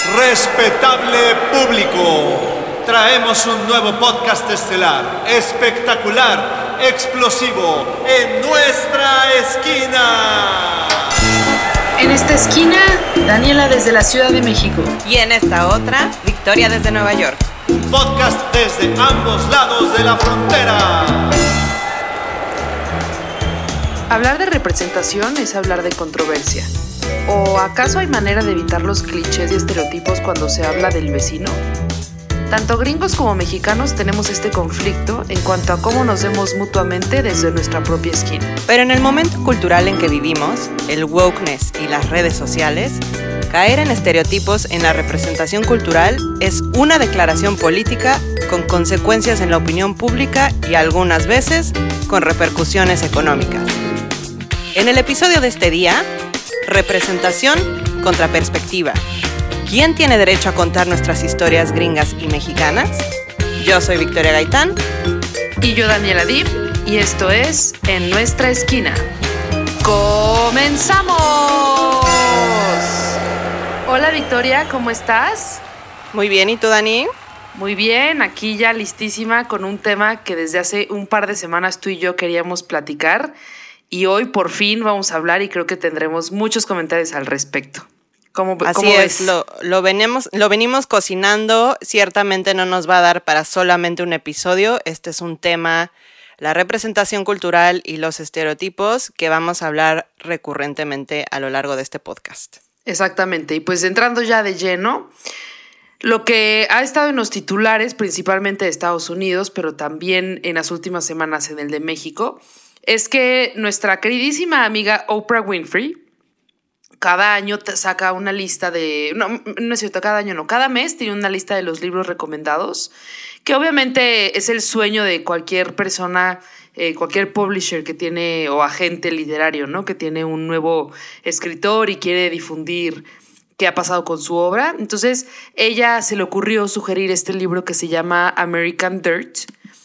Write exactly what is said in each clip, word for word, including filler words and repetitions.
Respetable público, traemos un nuevo podcast estelar, espectacular, explosivo, en nuestra esquina. En esta esquina, Daniela desde la Ciudad de México. Y en esta otra, Victoria desde Nueva York. Un podcast desde ambos lados de la frontera. Hablar de representación es hablar de controversia. ¿O acaso hay manera de evitar los clichés y estereotipos cuando se habla del vecino? Tanto gringos como mexicanos tenemos este conflicto en cuanto a cómo nos vemos mutuamente desde nuestra propia esquina. Pero en el momento cultural en que vivimos, el wokeness y las redes sociales, caer en estereotipos en la representación cultural es una declaración política con consecuencias en la opinión pública y algunas veces con repercusiones económicas. En el episodio de este día, representación contra perspectiva. ¿Quién tiene derecho a contar nuestras historias gringas y mexicanas? Yo soy Victoria Gaitán. Y yo Daniela Div. Y esto es En Nuestra Esquina. ¡Comenzamos! Hola Victoria, ¿cómo estás? Muy bien, ¿y tú, Dani? Muy bien, aquí ya listísima con un tema que desde hace un par de semanas tú y yo queríamos platicar. Y hoy por fin vamos a hablar y creo que tendremos muchos comentarios al respecto. ¿Cómo, Así cómo es, ves? Lo, lo, venimos, lo venimos cocinando. Ciertamente no nos va a dar para solamente un episodio. Este es un tema, la representación cultural y los estereotipos, que vamos a hablar recurrentemente a lo largo de este podcast. Exactamente. Y pues entrando ya de lleno, lo que ha estado en los titulares, principalmente de Estados Unidos, pero también en las últimas semanas en el de México, es que nuestra queridísima amiga Oprah Winfrey cada año saca una lista de... No, no es cierto, cada año no. Cada mes tiene una lista de los libros recomendados, que obviamente es el sueño de cualquier persona, eh, cualquier publisher que tiene, o agente literario, ¿no? Que tiene un nuevo escritor y quiere difundir qué ha pasado con su obra. Entonces, ella se le ocurrió sugerir este libro que se llama American Dirt,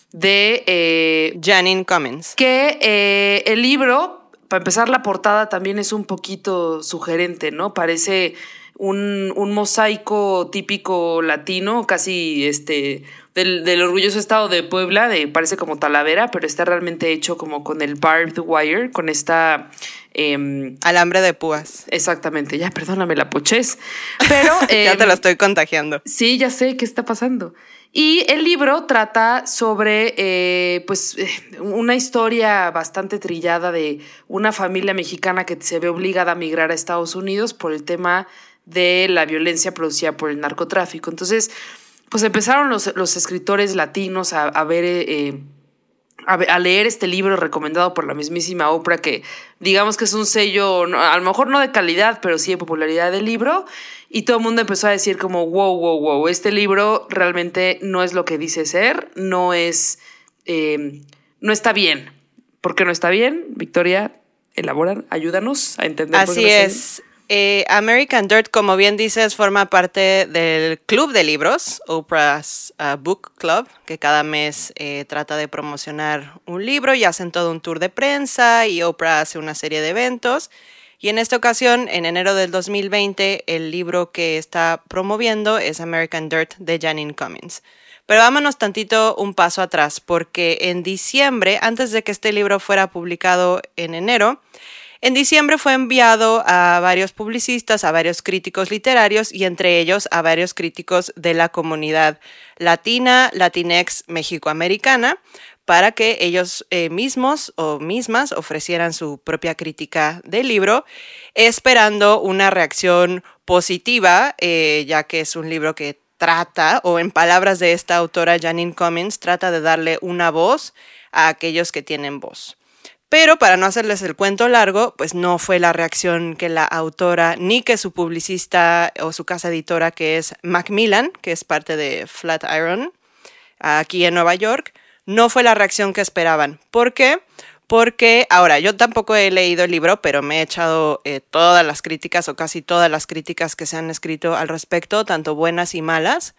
de eh, Janine Cummins. Que eh, el libro, para empezar, la portada también es un poquito sugerente, ¿no? Parece un, un mosaico típico latino, casi este del, del orgulloso estado de Puebla, de, parece como Talavera, pero está realmente hecho como con el barbed wire, con esta... Eh, alambre de púas. Exactamente, ya perdóname la pochez, pero... Eh, ya te lo estoy contagiando. Sí, ya sé qué está pasando. Y el libro trata sobre eh, pues, una historia bastante trillada de una familia mexicana que se ve obligada a migrar a Estados Unidos por el tema de la violencia producida por el narcotráfico. Entonces, pues empezaron los, los escritores latinos a, a ver... Eh, A, a leer este libro recomendado por la mismísima Oprah, que digamos que es un sello, a lo mejor no de calidad, pero sí de popularidad del libro, y todo el mundo empezó a decir como, wow, wow, wow, este libro realmente no es lo que dice ser, no es, eh, no está bien. ¿Por qué no está bien? Victoria, elabora, ayúdanos a entender. Así no es. Eh, American Dirt, como bien dices, forma parte del club de libros, Oprah's uh, Book Club, que cada mes eh, trata de promocionar un libro y hacen todo un tour de prensa y Oprah hace una serie de eventos. Y en esta ocasión, en enero del dos mil veinte, el libro que está promoviendo es American Dirt de Janine Cummins. Pero vámonos tantito un paso atrás, porque en diciembre, antes de que este libro fuera publicado en enero, en diciembre fue enviado a varios publicistas, a varios críticos literarios y entre ellos a varios críticos de la comunidad latina, latinex, mexicoamericana, para que ellos eh, mismos o mismas ofrecieran su propia crítica del libro, esperando una reacción positiva, eh, ya que es un libro que trata, o en palabras de esta autora Janine Cummins, trata de darle una voz a aquellos que tienen voz. Pero para no hacerles el cuento largo, pues no fue la reacción que la autora ni que su publicista o su casa editora, que es Macmillan, que es parte de Flatiron, aquí en Nueva York, no fue la reacción que esperaban. ¿Por qué? Porque, ahora, yo tampoco he leído el libro, pero me he echado eh, todas las críticas o casi todas las críticas que se han escrito al respecto, tanto buenas y malas.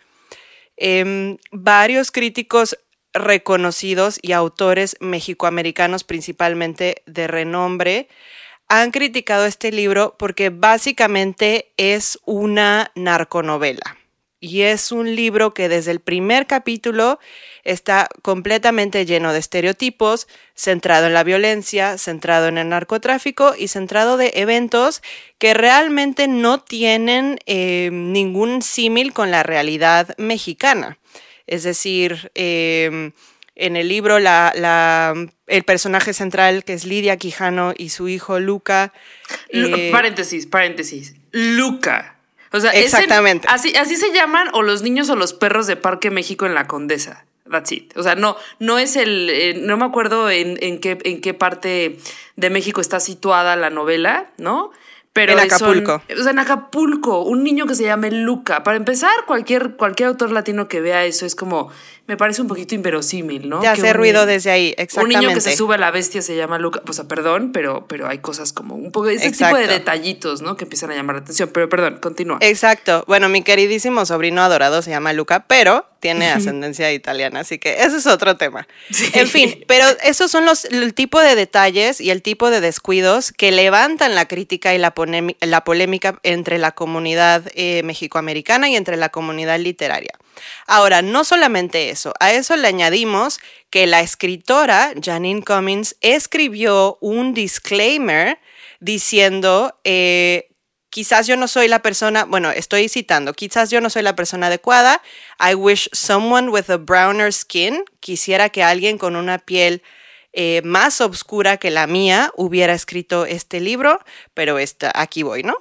Eh, varios críticos reconocidos y autores mexicoamericanos, principalmente de renombre, han criticado este libro porque básicamente es una narconovela. Y es un libro que desde el primer capítulo está completamente lleno de estereotipos, centrado en la violencia, centrado en el narcotráfico y centrado de eventos que realmente no tienen eh, ningún símil con la realidad mexicana. Es decir, eh, en el libro la, la, el personaje central, que es Lidia Quijano, y su hijo Luca... Eh, paréntesis, paréntesis. Luca. O sea, exactamente. El, así, así se llaman o los niños o los perros de Parque México en la Condesa. That's it. O sea, no, no es el. Eh, no me acuerdo en, en, qué, en qué parte de México está situada la novela, ¿no? Pero en Acapulco. Son, o sea, en Acapulco, un niño que se llame Luca. Para empezar, cualquier, cualquier autor latino que vea eso es como. Me parece un poquito inverosímil, ¿no? Te hace ruido desde ahí, exactamente. Un niño que se sube a la bestia se llama Luca. O sea, perdón, pero, pero hay cosas como un poco. Ese Exacto. tipo de detallitos, ¿no? Que empiezan a llamar la atención. Pero perdón, continúa. Exacto. Bueno, mi queridísimo sobrino adorado se llama Luca, pero tiene ascendencia italiana, así que ese es otro tema. Sí. En fin, pero esos son los el tipo de detalles y el tipo de descuidos que levantan la crítica y la, ponémi- la polémica entre la comunidad eh, mexicoamericana y entre la comunidad literaria. Ahora, no solamente eso, a eso le añadimos que la escritora Janine Cummins escribió un disclaimer diciendo, eh, quizás yo no soy la persona, bueno, estoy citando, quizás yo no soy la persona adecuada, I wish someone with a browner skin, quisiera que alguien con una piel eh, más oscura que la mía hubiera escrito este libro, pero esta, aquí voy, ¿no?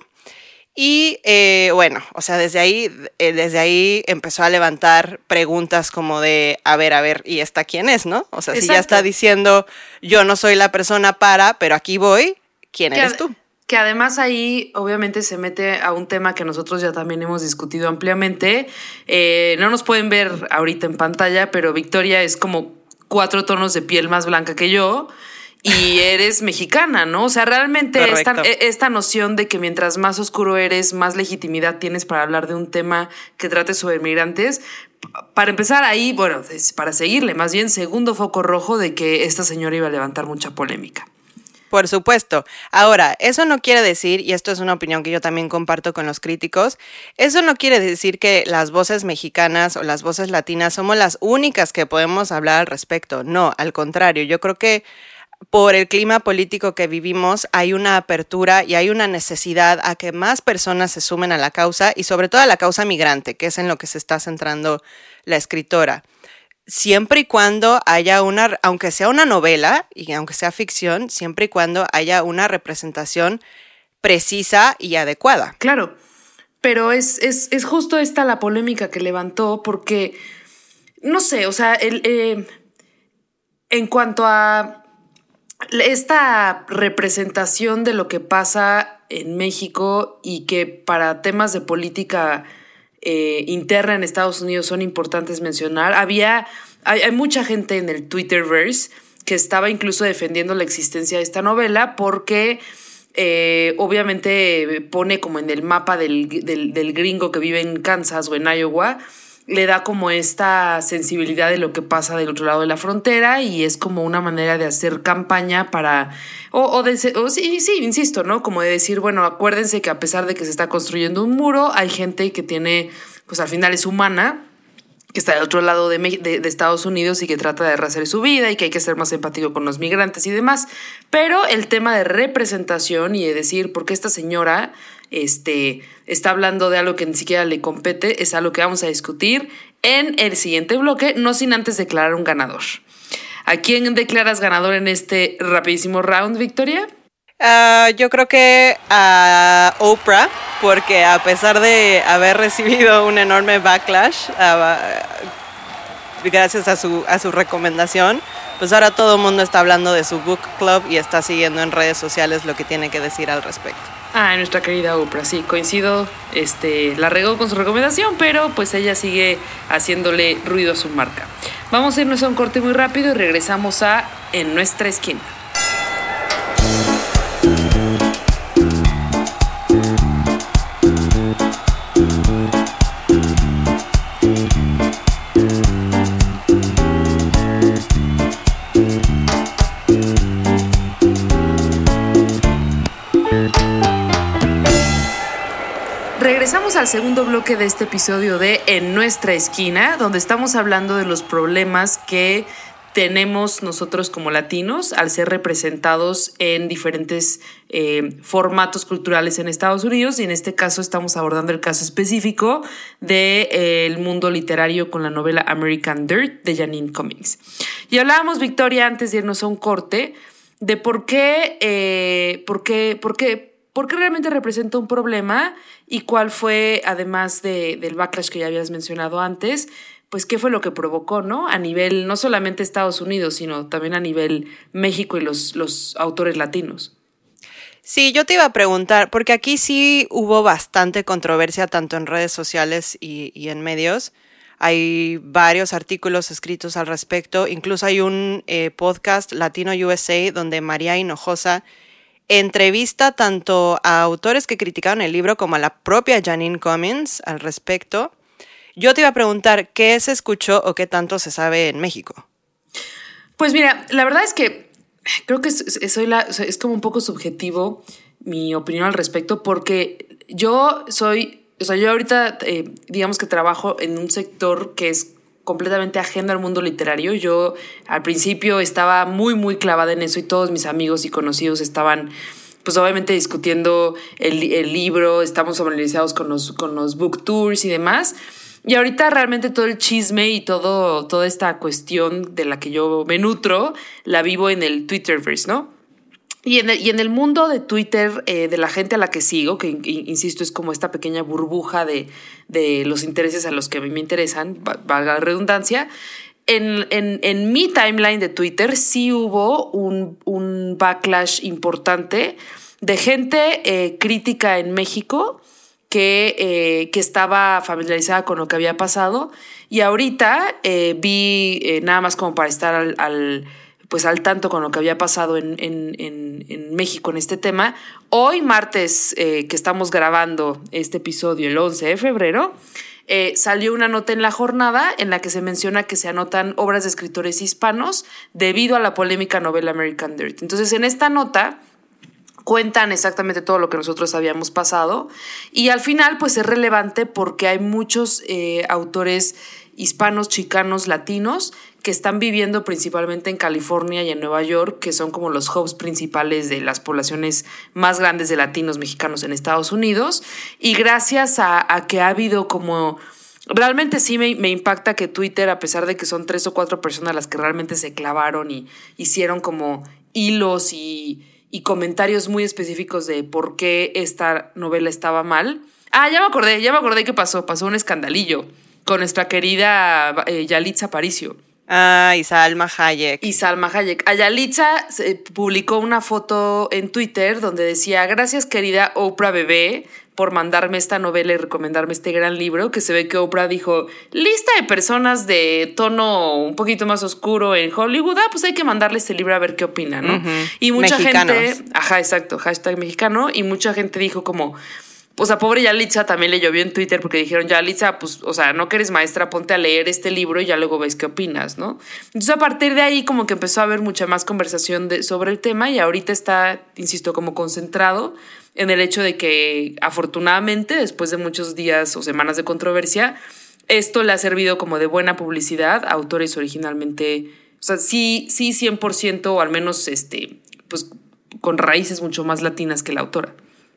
Y eh, bueno, o sea, desde ahí, eh, desde ahí empezó a levantar preguntas como de, a ver, a ver, ¿y esta quién es, no? O sea, Exacto. si ya está diciendo, yo no soy la persona para, pero aquí voy, ¿quién que eres ad- tú? Que además ahí obviamente se mete a un tema que nosotros ya también hemos discutido ampliamente. Eh, no nos pueden ver ahorita en pantalla, pero Victoria es como cuatro tonos de piel más blanca que yo. Y eres mexicana, ¿no? O sea, realmente esta, esta noción de que mientras más oscuro eres, más legitimidad tienes para hablar de un tema que trate sobre migrantes. Para empezar ahí, bueno, para seguirle, más bien segundo foco rojo de que esta señora iba a levantar mucha polémica. Por supuesto. Ahora, eso no quiere decir, y esto es una opinión que yo también comparto con los críticos, eso no quiere decir que las voces mexicanas o las voces latinas somos las únicas que podemos hablar al respecto. No, al contrario, yo creo que por el clima político que vivimos hay una apertura y hay una necesidad a que más personas se sumen a la causa y sobre todo a la causa migrante, que es en lo que se está centrando la escritora. Siempre y cuando haya una, aunque sea una novela y aunque sea ficción, siempre y cuando haya una representación precisa y adecuada. Claro, pero es, es, es justo esta la polémica que levantó porque, no sé, o sea, el, eh, en cuanto a esta representación de lo que pasa en México y que para temas de política eh, interna en Estados Unidos son importantes mencionar, había hay, hay mucha gente en el Twitterverse que estaba incluso defendiendo la existencia de esta novela porque eh, obviamente pone como en el mapa del, del, del gringo que vive en Kansas o en Iowa, le da como esta sensibilidad de lo que pasa del otro lado de la frontera y es como una manera de hacer campaña para, o, o, de, o sí, sí, insisto, ¿no? Como de decir, bueno, acuérdense que a pesar de que se está construyendo un muro, hay gente que tiene, pues al final es humana, que está del otro lado de, de, de Estados Unidos y que trata de rehacer su vida y que hay que ser más empático con los migrantes y demás. Pero el tema de representación y de decir por qué esta señora este, está hablando de algo que ni siquiera le compete es algo que vamos a discutir en el siguiente bloque, no sin antes declarar un ganador. ¿A quién declaras ganador en este rapidísimo round, Victoria? Uh, yo creo que a Oprah, porque a pesar de haber recibido un enorme backlash uh, gracias a su, a su recomendación, pues ahora todo el mundo está hablando de su book club y está siguiendo en redes sociales lo que tiene que decir al respecto. Ah, nuestra querida Oprah, sí, coincido, este, la regó con su recomendación, pero pues ella sigue haciéndole ruido a su marca. Vamos a irnos a un corte muy rápido y regresamos a En Nuestra Esquina. al segundo bloque de este episodio de En Nuestra Esquina, donde estamos hablando de los problemas que tenemos nosotros como latinos al ser representados en diferentes eh, formatos culturales en Estados Unidos, y en este caso estamos abordando el caso específico del de, eh, mundo literario con la novela American Dirt de Janine Cummings. Y hablábamos, Victoria, antes de irnos a un corte, de por qué, eh, por qué, por qué, por qué realmente representa un problema y cuál fue, además de, del backlash que ya habías mencionado antes, pues qué fue lo que provocó, ¿no? A nivel, no solamente Estados Unidos, sino también a nivel México y los, los autores latinos. Sí, yo te iba a preguntar, porque aquí sí hubo bastante controversia, tanto en redes sociales y, y en medios. Hay varios artículos escritos al respecto. Incluso hay un eh, podcast, Latino U S A, donde María Hinojosa entrevista tanto a autores que criticaron el libro como a la propia Janine Cummings al respecto. Yo te iba a preguntar, ¿qué se escuchó o qué tanto se sabe en México? Pues mira, la verdad es que creo que soy la, es como un poco subjetivo mi opinión al respecto, porque yo soy, o sea, yo ahorita eh, digamos que trabajo en un sector que es completamente ajeno al mundo literario. Yo al principio estaba muy, muy clavada en eso y todos mis amigos y conocidos estaban pues obviamente discutiendo el, el libro, estamos familiarizados con los, con los book tours y demás. Y ahorita realmente todo el chisme y todo, toda esta cuestión de la que yo me nutro, la vivo en el Twitterverse, ¿no? Y en el, y en el mundo de Twitter, eh, de la gente a la que sigo, que insisto es como esta pequeña burbuja de, de los intereses a los que a mí me interesan, valga la redundancia, en, en, en mi timeline de Twitter sí hubo un, un backlash importante de gente eh, crítica en México, Que, eh, que estaba familiarizada con lo que había pasado, y ahorita eh, vi, eh, nada más como para estar al, al, pues al tanto con lo que había pasado en, en, en, en México en este tema. Hoy, martes, eh, que estamos grabando este episodio, el once de febrero, eh, salió una nota en La Jornada en la que se menciona que se anotan obras de escritores hispanos debido a la polémica novela American Dirt. Entonces, en esta nota cuentan exactamente todo lo que nosotros habíamos pasado, y al final pues es relevante porque hay muchos eh, autores hispanos, chicanos, latinos que están viviendo principalmente en California y en Nueva York, que son como los hubs principales de las poblaciones más grandes de latinos mexicanos en Estados Unidos, y gracias a, a que ha habido como... Realmente sí me, me impacta que Twitter, a pesar de que son tres o cuatro personas las que realmente se clavaron y hicieron como hilos y... y comentarios muy específicos de por qué esta novela estaba mal. Ah, ya me acordé, ya me acordé que pasó. Pasó un escandalillo con nuestra querida eh, Yalitza Aparicio. Ah, y Salma Hayek. Y Salma Hayek. A Yalitza se publicó una foto en Twitter donde decía: gracias, querida Oprah bebé, por mandarme esta novela y recomendarme este gran libro, que se ve que Oprah dijo, lista de personas de tono un poquito más oscuro en Hollywood, ah, pues hay que mandarle este libro a ver qué opina, ¿no? Uh-huh. Y mucha Mexicanos. gente, ajá, exacto, hashtag mexicano, y mucha gente dijo como, o sea, pobre Yalitza también le llovió en Twitter porque dijeron, Yalitza, pues, o sea, no que eres maestra, ponte a leer este libro y ya luego ves qué opinas, ¿no? Entonces, a partir de ahí como que empezó a haber mucha más conversación de, sobre el tema, y ahorita está, insisto, como concentrado en el hecho de que, afortunadamente, después de muchos días o semanas de controversia, esto le ha servido como de buena publicidad a autores originalmente, o sea, sí, sí cien por ciento, o al menos, este, pues, con raíces mucho más latinas que la autora.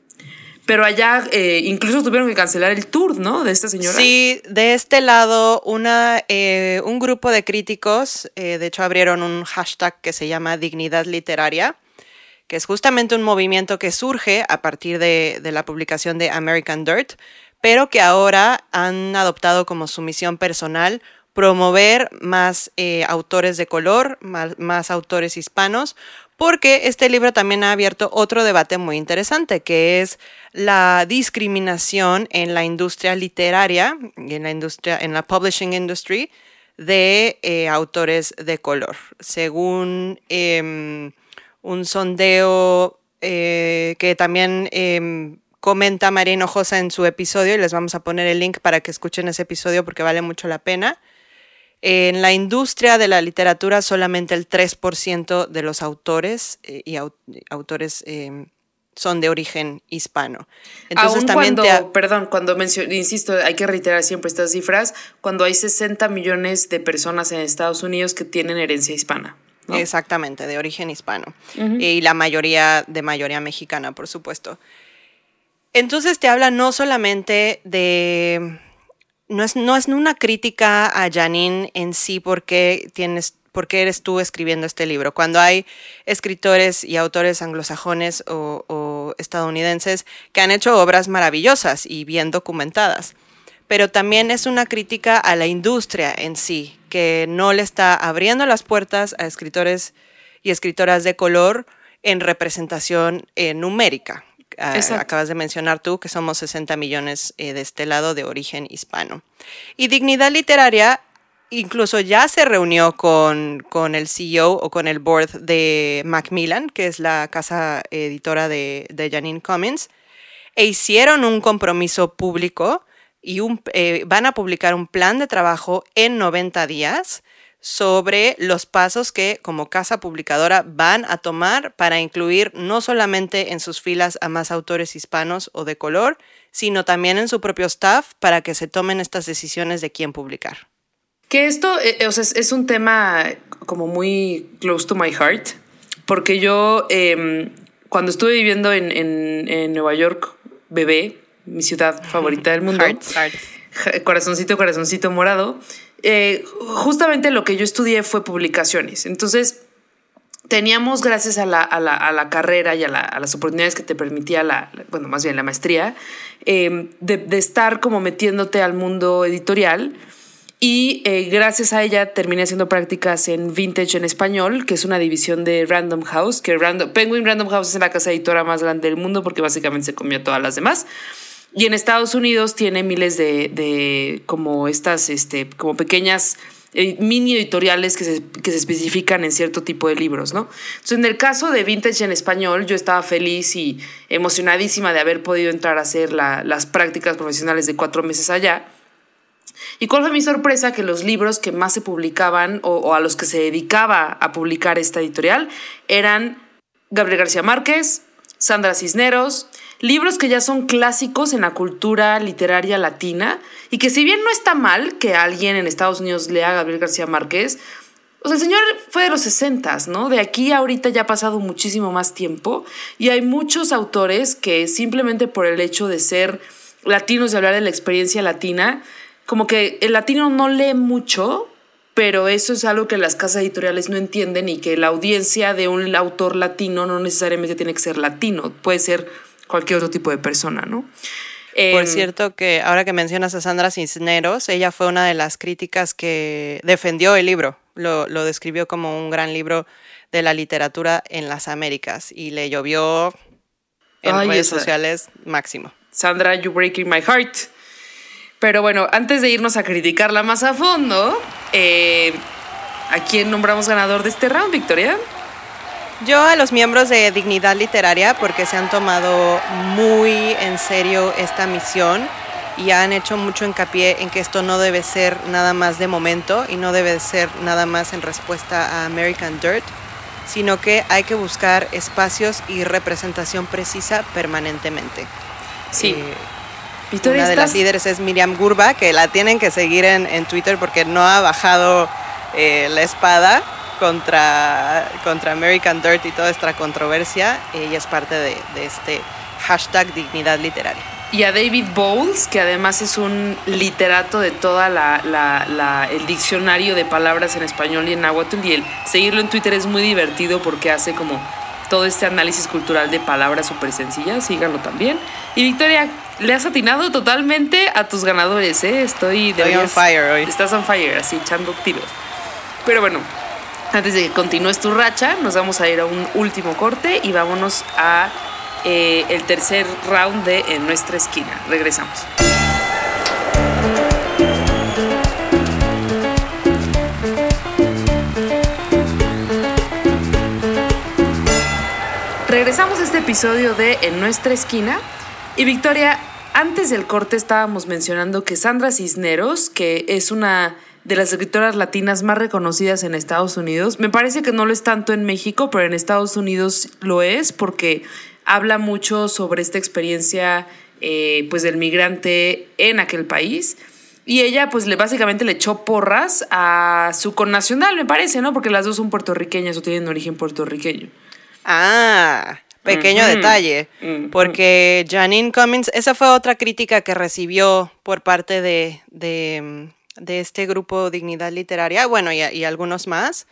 Pero allá eh, incluso tuvieron que cancelar el tour, ¿no? De esta señora. Sí, de este lado, una, eh, un grupo de críticos, eh, de hecho, abrieron un hashtag que se llama Dignidad Literaria, que es justamente un movimiento que surge a partir de, de la publicación de American Dirt, pero que ahora han adoptado como su misión personal promover más eh, autores de color, más, más autores hispanos, porque este libro también ha abierto otro debate muy interesante, que es la discriminación en la industria literaria, en la industria, en la publishing industry, de eh, autores de color. Según eh, un sondeo eh, que también eh, comenta María Hinojosa en su episodio, y les vamos a poner el link para que escuchen ese episodio porque vale mucho la pena. En la industria de la literatura, solamente el tres por ciento de los autores eh, y au- autores eh, son de origen hispano. Entonces Aún también cuando, te... perdón, cuando menciono, insisto, hay que reiterar siempre estas cifras, cuando hay sesenta millones de personas en Estados Unidos que tienen herencia hispana, ¿no? Exactamente, de origen hispano. Uh-huh. Y la mayoría de mayoría mexicana, por supuesto. Entonces te habla no solamente de... No es, no es una crítica a Janine en sí porque tienes... ¿Por qué eres tú escribiendo este libro? Cuando hay escritores y autores anglosajones o, o estadounidenses que han hecho obras maravillosas y bien documentadas, pero también es una crítica a la industria en sí, que no le está abriendo las puertas a escritores y escritoras de color en representación eh, numérica. Uh, acabas de mencionar tú que somos sesenta millones eh, de este lado de origen hispano. Y Dignidad Literaria incluso ya se reunió con, con el C E O o con el board de Macmillan, que es la casa editora de, de Janine Cummins, e hicieron un compromiso público y un, eh, van a publicar un plan de trabajo en noventa días sobre los pasos que como casa publicadora van a tomar para incluir no solamente en sus filas a más autores hispanos o de color, sino también en su propio staff para que se tomen estas decisiones de quién publicar. Que esto eh, o sea, es, es un tema como muy close to my heart, porque yo eh, cuando estuve viviendo en, en, en Nueva York, bebé, mi ciudad favorita del mundo, Heart, heart. corazoncito, corazoncito morado, eh, justamente lo que yo estudié fue publicaciones. Entonces teníamos, gracias a la, a la, a la carrera y a, la, a las oportunidades que te permitía la, bueno, más bien la maestría, eh, de, de estar como metiéndote al mundo editorial. Y eh, gracias a ella terminé haciendo prácticas en Vintage en Español, que es una división de Random House, que Random, Penguin Random House es la casa editora más grande del mundo porque básicamente se comió a todas las demás. Y en Estados Unidos tiene miles de, de como estas, este, como pequeñas eh, mini editoriales que se, que se especifican en cierto tipo de libros, ¿no? Entonces, en el caso de Vintage en Español, yo estaba feliz y emocionadísima de haber podido entrar a hacer la, las prácticas profesionales de cuatro meses allá. ¿Y cuál fue mi sorpresa? Que los libros que más se publicaban o, o a los que se dedicaba a publicar esta editorial eran Gabriel García Márquez, Sandra Cisneros, libros que ya son clásicos en la cultura literaria latina y que si bien no está mal que alguien en Estados Unidos lea a Gabriel García Márquez, o sea, el señor fue de los sesentas, ¿no? De aquí a ahorita ya ha pasado muchísimo más tiempo y hay muchos autores que simplemente por el hecho de ser latinos y hablar de la experiencia latina, como que el latino no lee mucho, pero eso es algo que las casas editoriales no entienden y que la audiencia de un autor latino no necesariamente tiene que ser latino, puede ser cualquier otro tipo de persona, ¿no? Por eh, cierto, que ahora que mencionas a Sandra Cisneros, ella fue una de las críticas que defendió el libro, lo, lo describió como un gran libro de la literatura en las Américas y le llovió en Ay, redes esa. sociales máximo. Sandra, you breaking my heart. Pero bueno, antes de irnos a criticarla más a fondo, eh, ¿a quién nombramos ganador de este round, Victoria? Yo a los miembros de Dignidad Literaria porque se han tomado muy en serio esta misión y han hecho mucho hincapié en que esto no debe ser nada más de momento y no debe ser nada más en respuesta a American Dirt, sino que hay que buscar espacios y representación precisa permanentemente. Sí. Eh, Victoria, una de ¿estás? las líderes es Miriam Gurba, que la tienen que seguir en, en Twitter porque no ha bajado eh, la espada contra, contra American Dirt y toda esta controversia. Ella es parte de, de este hashtag Dignidad Literaria. Y a David Bowles, que además es un literato de toda la, la, la el diccionario de palabras en español y en náhuatl, y el seguirlo en Twitter es muy divertido porque hace como todo este análisis cultural de palabras súper sencillas. Síganlo también. Y Victoria, le has atinado totalmente a tus ganadores, ¿eh? Estoy, Estoy on fire hoy. Estás on fire, así echando tiros. Pero bueno, antes de que continúes tu racha, nos vamos a ir a un último corte y vámonos a eh, el tercer round de En Nuestra Esquina. Regresamos. Regresamos a este episodio de En Nuestra Esquina. Y Victoria, antes del corte estábamos mencionando que Sandra Cisneros, que es una de las escritoras latinas más reconocidas en Estados Unidos, me parece que no lo es tanto en México, pero en Estados Unidos lo es porque habla mucho sobre esta experiencia eh, pues del migrante en aquel país. Y ella, pues, le básicamente le echó porras a su connacional, me parece, ¿no? Porque las dos son puertorriqueñas o tienen origen puertorriqueño. Ah, pequeño uh-huh. detalle. Uh-huh. Porque Janine Cummins, esa fue otra crítica que recibió por parte de, de, de este grupo Dignidad Literaria, bueno, y, y algunos más.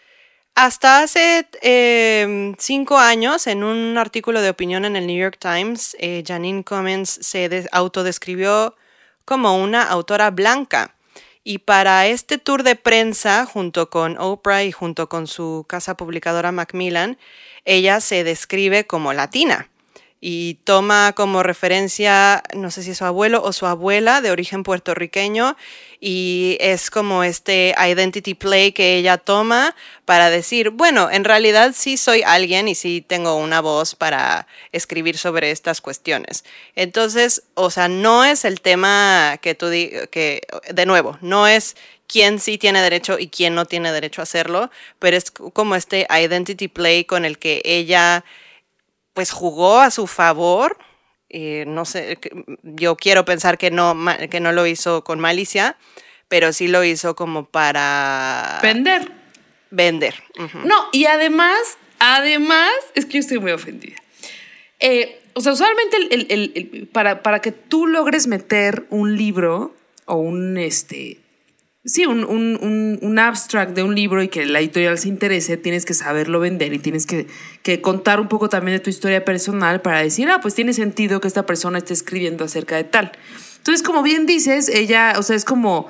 Hasta hace eh, cinco años, en un artículo de opinión en el New York Times, eh, Janine Cummins se de- autodescribió como una autora blanca. Y para este tour de prensa, junto con Oprah y junto con su casa publicadora Macmillan, ella se describe como latina. Y toma como referencia, no sé si es su abuelo o su abuela de origen puertorriqueño, y es como este identity play que ella toma para decir, bueno, en realidad sí soy alguien y sí tengo una voz para escribir sobre estas cuestiones. Entonces, o sea, no es el tema que tú digas, que de nuevo, no es quién sí tiene derecho y quién no tiene derecho a hacerlo, pero es como este identity play con el que ella pues jugó a su favor. Eh, no sé, yo quiero pensar que no, que no lo hizo con malicia, pero sí lo hizo como para... Vender. Vender. Uh-huh. No, y además, además, es que yo estoy muy ofendida. Eh, o sea, usualmente el, el, el, el, para, para que tú logres meter un libro o un, este... Sí, un, un, un, un abstract de un libro y que la editorial se interese, tienes que saberlo vender y tienes que, que contar un poco también de tu historia personal para decir, ah, pues tiene sentido que esta persona esté escribiendo acerca de tal. Entonces, como bien dices, ella, o sea, es como,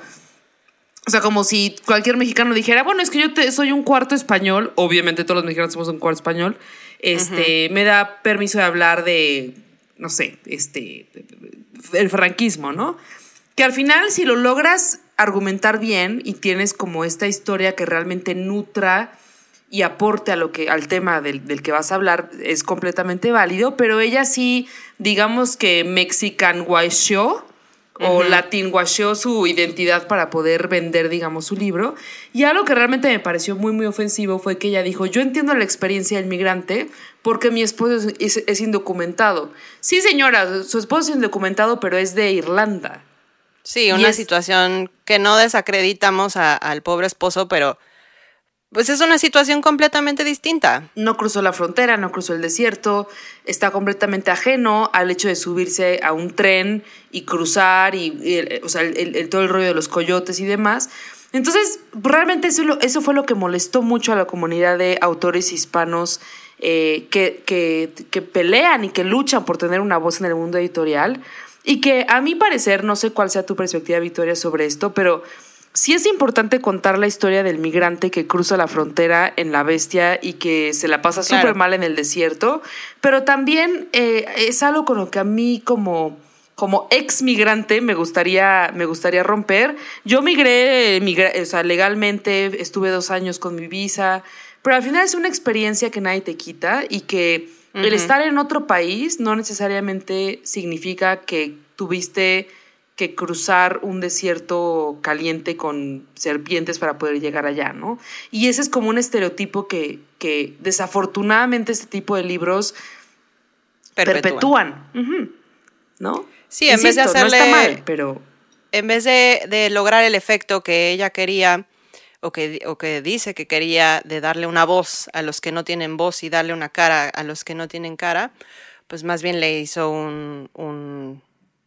o sea, como si cualquier mexicano dijera, bueno, es que yo te, soy un cuarto español, obviamente todos los mexicanos somos un cuarto español, este, uh-huh. me da permiso de hablar de, no sé, este, el franquismo, ¿no? Que al final, si lo logras argumentar bien y tienes como esta historia que realmente nutra y aporte a lo que, al tema del, del que vas a hablar, es completamente válido, pero ella sí, digamos que mexican washeó uh-huh. o latin washeó su identidad para poder vender, digamos, su libro. Y algo que realmente me pareció muy, muy ofensivo fue que ella dijo, yo entiendo la experiencia del migrante porque mi esposo es, es, es indocumentado. Sí, señora, su esposo es indocumentado, pero es de Irlanda. Sí, una es, situación que no desacreditamos a, al pobre esposo, pero pues es una situación completamente distinta. No cruzó la frontera, no cruzó el desierto, está completamente ajeno al hecho de subirse a un tren y cruzar, y, y o sea, el, el, el, todo el rollo de los coyotes y demás. Entonces, realmente eso, eso fue lo que molestó mucho a la comunidad de autores hispanos eh, que, que, que pelean y que luchan por tener una voz en el mundo editorial. Y que a mi parecer, no sé cuál sea tu perspectiva, Victoria, sobre esto, pero sí es importante contar la historia del migrante que cruza la frontera en La Bestia y que se la pasa súper claro. mal en el desierto, pero también eh, es algo con lo que a mí como, como ex migrante me gustaría, me gustaría romper. Yo migré, migré, o sea, legalmente, estuve dos años con mi visa, pero al final es una experiencia que nadie te quita y que uh-huh. el estar en otro país no necesariamente significa que tuviste que cruzar un desierto caliente con serpientes para poder llegar allá, ¿no? Y ese es como un estereotipo que, que desafortunadamente este tipo de libros perpetúan, perpetúan uh-huh. ¿no? Sí, en Insisto, vez de hacerle... no está mal, pero... En vez de, de lograr el efecto que ella quería... O que, o que dice que quería de darle una voz a los que no tienen voz y darle una cara a los que no tienen cara, pues más bien le hizo un, un,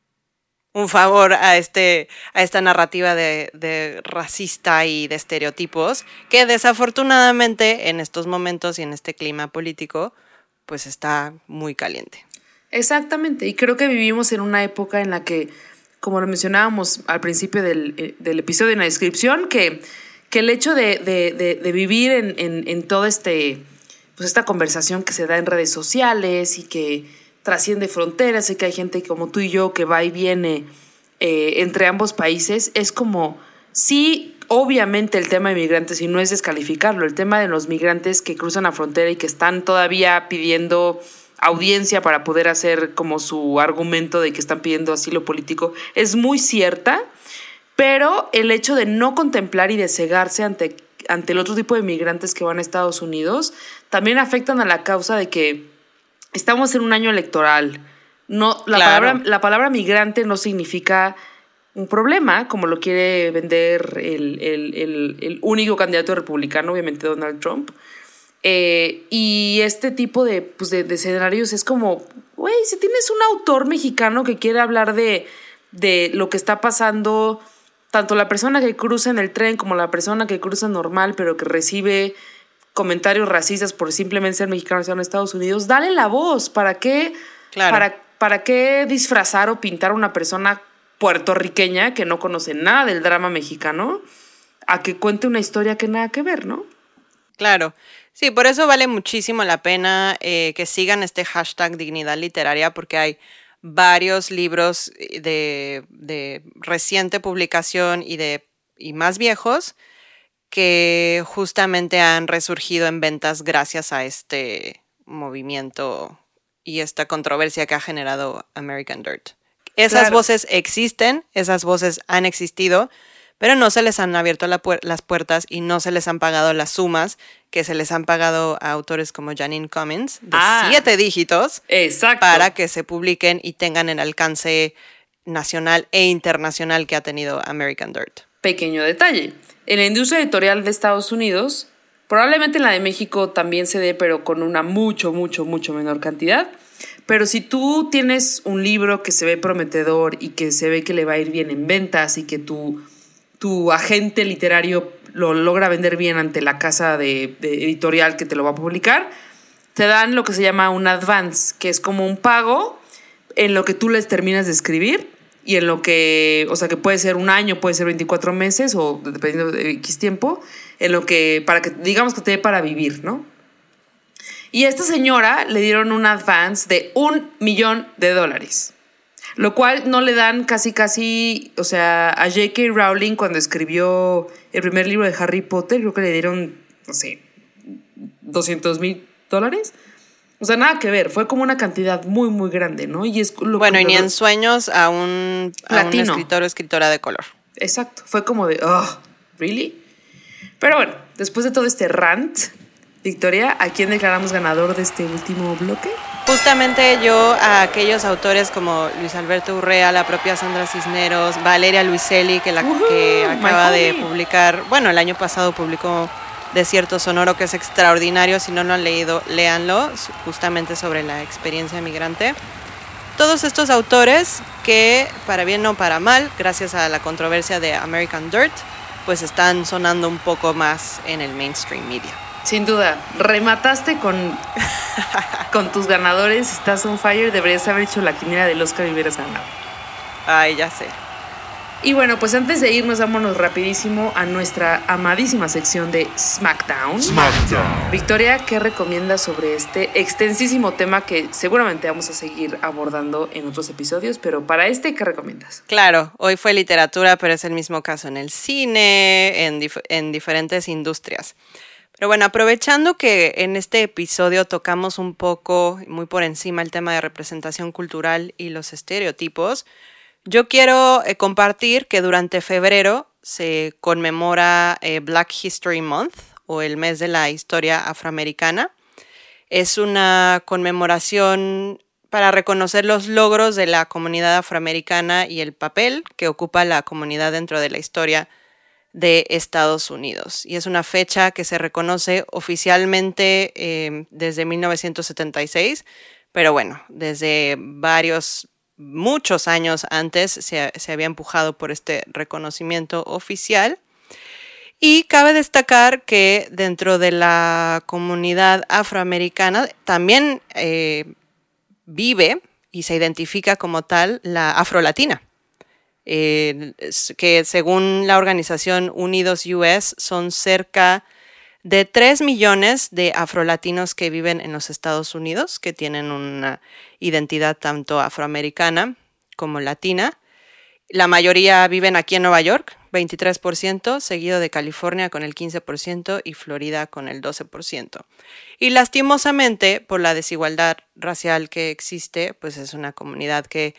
un favor a, este, a esta narrativa de, de racista y de estereotipos que desafortunadamente en estos momentos y en este clima político pues está muy caliente. Exactamente, y creo que vivimos en una época en la que, como lo mencionábamos al principio del, del episodio en la descripción, que que el hecho de, de, de, de vivir en, en, en toda este, pues esta conversación que se da en redes sociales y que trasciende fronteras y que hay gente como tú y yo que va y viene eh, entre ambos países, es como, sí, obviamente el tema de migrantes, y no es descalificarlo, el tema de los migrantes que cruzan la frontera y que están todavía pidiendo audiencia para poder hacer como su argumento de que están pidiendo asilo político, es muy cierta. Pero el hecho de no contemplar y de cegarse ante, ante el otro tipo de migrantes que van a Estados Unidos también afectan a la causa de que estamos en un año electoral. No, la, Claro. palabra, la palabra migrante no significa un problema, como lo quiere vender el, el, el, el único candidato republicano, obviamente Donald Trump. Eh, y este tipo de, pues de, de escenarios es como, güey, si tienes un autor mexicano que quiere hablar de, de lo que está pasando, tanto la persona que cruza en el tren como la persona que cruza normal, pero que recibe comentarios racistas por simplemente ser mexicano en Estados Unidos, dale la voz. ¿Para qué, Claro. para, para qué disfrazar o pintar a una persona puertorriqueña que no conoce nada del drama mexicano a que cuente una historia que nada que ver, ¿no? Claro. Sí, por eso vale muchísimo la pena eh, que sigan este hashtag Dignidad Literaria, porque hay varios libros de, de reciente publicación y de y más viejos que justamente han resurgido en ventas gracias a este movimiento y esta controversia que ha generado American Dirt. Esas Claro. voces existen, esas voces han existido, pero no se les han abierto la puer- las puertas y no se les han pagado las sumas que se les han pagado a autores como Janine Cummins, de Ah. siete dígitos, Exacto. para que se publiquen y tengan el alcance nacional e internacional que ha tenido American Dirt. Pequeño detalle. En la industria editorial de Estados Unidos, probablemente en la de México también se dé, pero con una mucho, mucho, mucho menor cantidad. Pero si tú tienes un libro que se ve prometedor y que se ve que le va a ir bien en ventas y que tu, tu agente literario lo logra vender bien ante la casa de, de editorial que te lo va a publicar, te dan lo que se llama un advance, que es como un pago en lo que tú les terminas de escribir y en lo que, o sea, que puede ser un año, puede ser veinticuatro meses o dependiendo de X tiempo, en lo que, para que, digamos que te dé para vivir, ¿no? Y a esta señora le dieron un advance de un millón de dólares, lo cual no le dan casi, casi, o sea, a J K Rowling cuando escribió el primer libro de Harry Potter, creo que le dieron, no sé, doscientos mil dólares. O sea, nada que ver, fue como una cantidad muy, muy grande, ¿no? Y es lo Bueno, que y ni lo- en sueños a un, a un Latino. escritor o escritora de color. Exacto, fue como de, oh, ¿really? Pero bueno, después de todo este rant, Victoria, ¿a quién declaramos ganador de este último bloque? Justamente yo a aquellos autores como Luis Alberto Urrea, la propia Sandra Cisneros, Valeria Luiselli, que, la, Woohoo, que my acaba de homie. publicar, bueno, el año pasado publicó Desierto Sonoro, que es extraordinario, si no lo han leído, léanlo, justamente sobre la experiencia migrante. Todos estos autores que, para bien o para mal, gracias a la controversia de American Dirt, pues están sonando un poco más en el mainstream media. Sin duda, remataste con, con tus ganadores, estás on fire, deberías haber hecho la quiniela del Oscar y hubieras ganado. Ay, ya sé. Y bueno, pues antes de irnos, vámonos rapidísimo a nuestra amadísima sección de SmackDown. SmackDown. Victoria, ¿qué recomiendas sobre este extensísimo tema que seguramente vamos a seguir abordando en otros episodios? Pero para este, ¿qué recomiendas? Claro, hoy fue literatura, pero es el mismo caso en el cine, en, dif- en diferentes industrias. Pero bueno, aprovechando que en este episodio tocamos un poco, muy por encima, el tema de representación cultural y los estereotipos, yo quiero eh, compartir que durante febrero se conmemora eh, Black History Month, o el mes de la historia afroamericana. Es una conmemoración para reconocer los logros de la comunidad afroamericana y el papel que ocupa la comunidad dentro de la historia de Estados Unidos. Y es una fecha que se reconoce oficialmente eh, desde mil novecientos setenta y seis, pero bueno, desde varios, muchos años antes se, se había empujado por este reconocimiento oficial. Y cabe destacar que dentro de la comunidad afroamericana también eh, vive y se identifica como tal la afrolatina. Eh, que según la organización Unidos U S son cerca de tres millones de afrolatinos que viven en los Estados Unidos, que tienen una identidad tanto afroamericana como latina. La mayoría viven aquí en Nueva York, veintitrés por ciento, seguido de California con el quince por ciento y Florida con el doce por ciento. Y lastimosamente, por la desigualdad racial que existe, pues es una comunidad que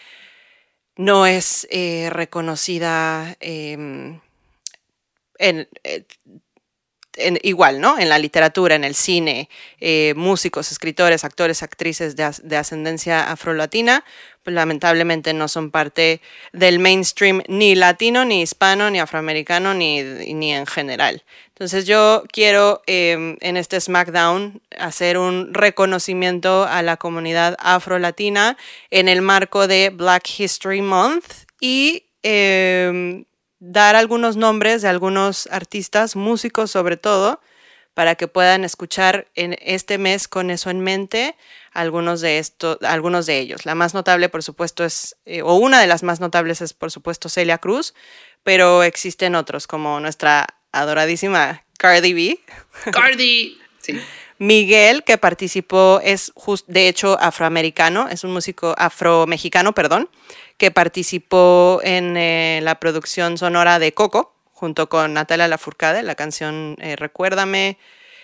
no es eh, reconocida eh, en, eh, en, igual, ¿no? En la literatura, en el cine, eh, músicos, escritores, actores, actrices de, de ascendencia afrolatina, pues lamentablemente no son parte del mainstream ni latino, ni hispano, ni afroamericano, ni, ni en general. Entonces yo quiero eh, en este SmackDown hacer un reconocimiento a la comunidad afrolatina en el marco de Black History Month y eh, dar algunos nombres de algunos artistas, músicos sobre todo, para que puedan escuchar en este mes con eso en mente algunos de estos, algunos de ellos. La más notable, por supuesto, es, eh, o una de las más notables es, por supuesto, Celia Cruz, pero existen otros, como nuestra adoradísima Cardi B. Cardi. Sí. Miguel, que participó, es just, de hecho afroamericano, es un músico afro-mexicano, perdón, que participó en eh, la producción sonora de Coco, junto con Natalia Lafourcade, la canción eh, Recuérdame,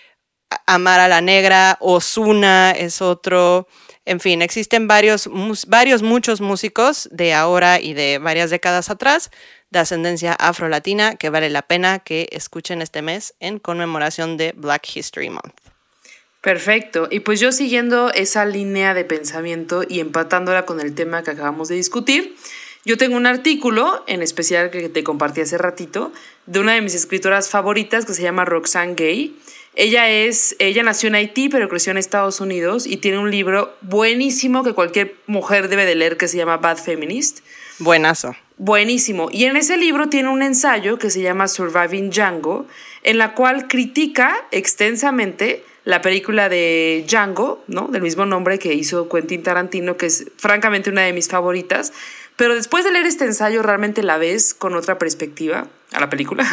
Amar a la Negra, Ozuna es otro. En fin, existen varios, mus, varios, muchos músicos de ahora y de varias décadas atrás de ascendencia afrolatina que vale la pena que escuchen este mes en conmemoración de Black History Month. Perfecto. Y pues yo siguiendo esa línea de pensamiento y empatándola con el tema que acabamos de discutir, yo tengo un artículo, en especial que te compartí hace ratito, de una de mis escritoras favoritas que se llama Roxane Gay. Ella, es, ella nació en Haití, pero creció en Estados Unidos y tiene un libro buenísimo que cualquier mujer debe de leer que se llama Bad Feminist. Buenazo. Buenísimo. Y en ese libro tiene un ensayo que se llama Surviving Django, en la cual critica extensamente la película de Django, ¿no? Del mismo nombre que hizo Quentin Tarantino, que es francamente una de mis favoritas. Pero después de leer este ensayo realmente la ves con otra perspectiva a la película,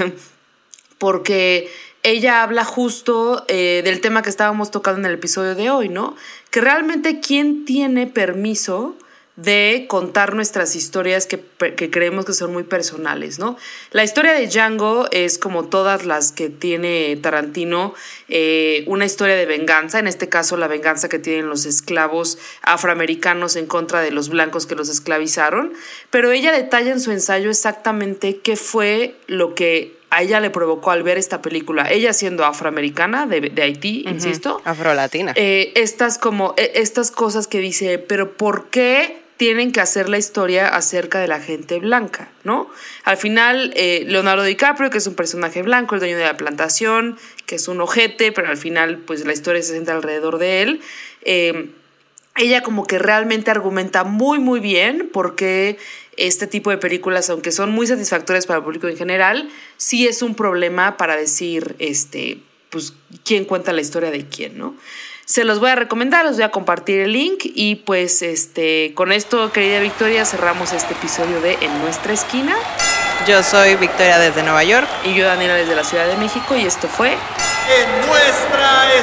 porque ella habla justo eh, del tema que estábamos tocando en el episodio de hoy, ¿no? Que realmente quién tiene permiso de contar nuestras historias que, que creemos que son muy personales, ¿no? La historia de Django es, como todas las que tiene Tarantino, eh, una historia de venganza, en este caso la venganza que tienen los esclavos afroamericanos en contra de los blancos que los esclavizaron, pero ella detalla en su ensayo exactamente qué fue lo que a ella le provocó al ver esta película, ella siendo afroamericana de, de Haití, uh-huh. insisto. Afrolatina. Eh, estas, como, eh, estas cosas que dice, pero ¿por qué tienen que hacer la historia acerca de la gente blanca, ¿no? Al final, eh, Leonardo DiCaprio, que es un personaje blanco, el dueño de la plantación, que es un ojete, pero al final, pues la historia se centra alrededor de él. Eh, ella como que realmente argumenta muy, muy bien porque este tipo de películas, aunque son muy satisfactorias para el público en general, sí es un problema para decir, este, pues, quién cuenta la historia de quién, ¿no? Se los voy a recomendar, les voy a compartir el link y pues este, con esto, querida Victoria, cerramos este episodio de En Nuestra Esquina. Yo soy Victoria desde Nueva York. Y yo, Daniela, desde la Ciudad de México, y esto fue En Nuestra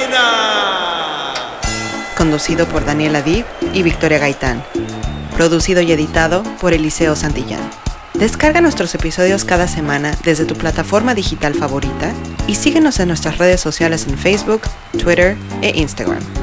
Esquina. Conducido por Daniela Dib y Victoria Gaitán. Producido y editado por Eliseo Santillán. Descarga nuestros episodios cada semana desde tu plataforma digital favorita y síguenos en nuestras redes sociales en Facebook, Twitter e Instagram.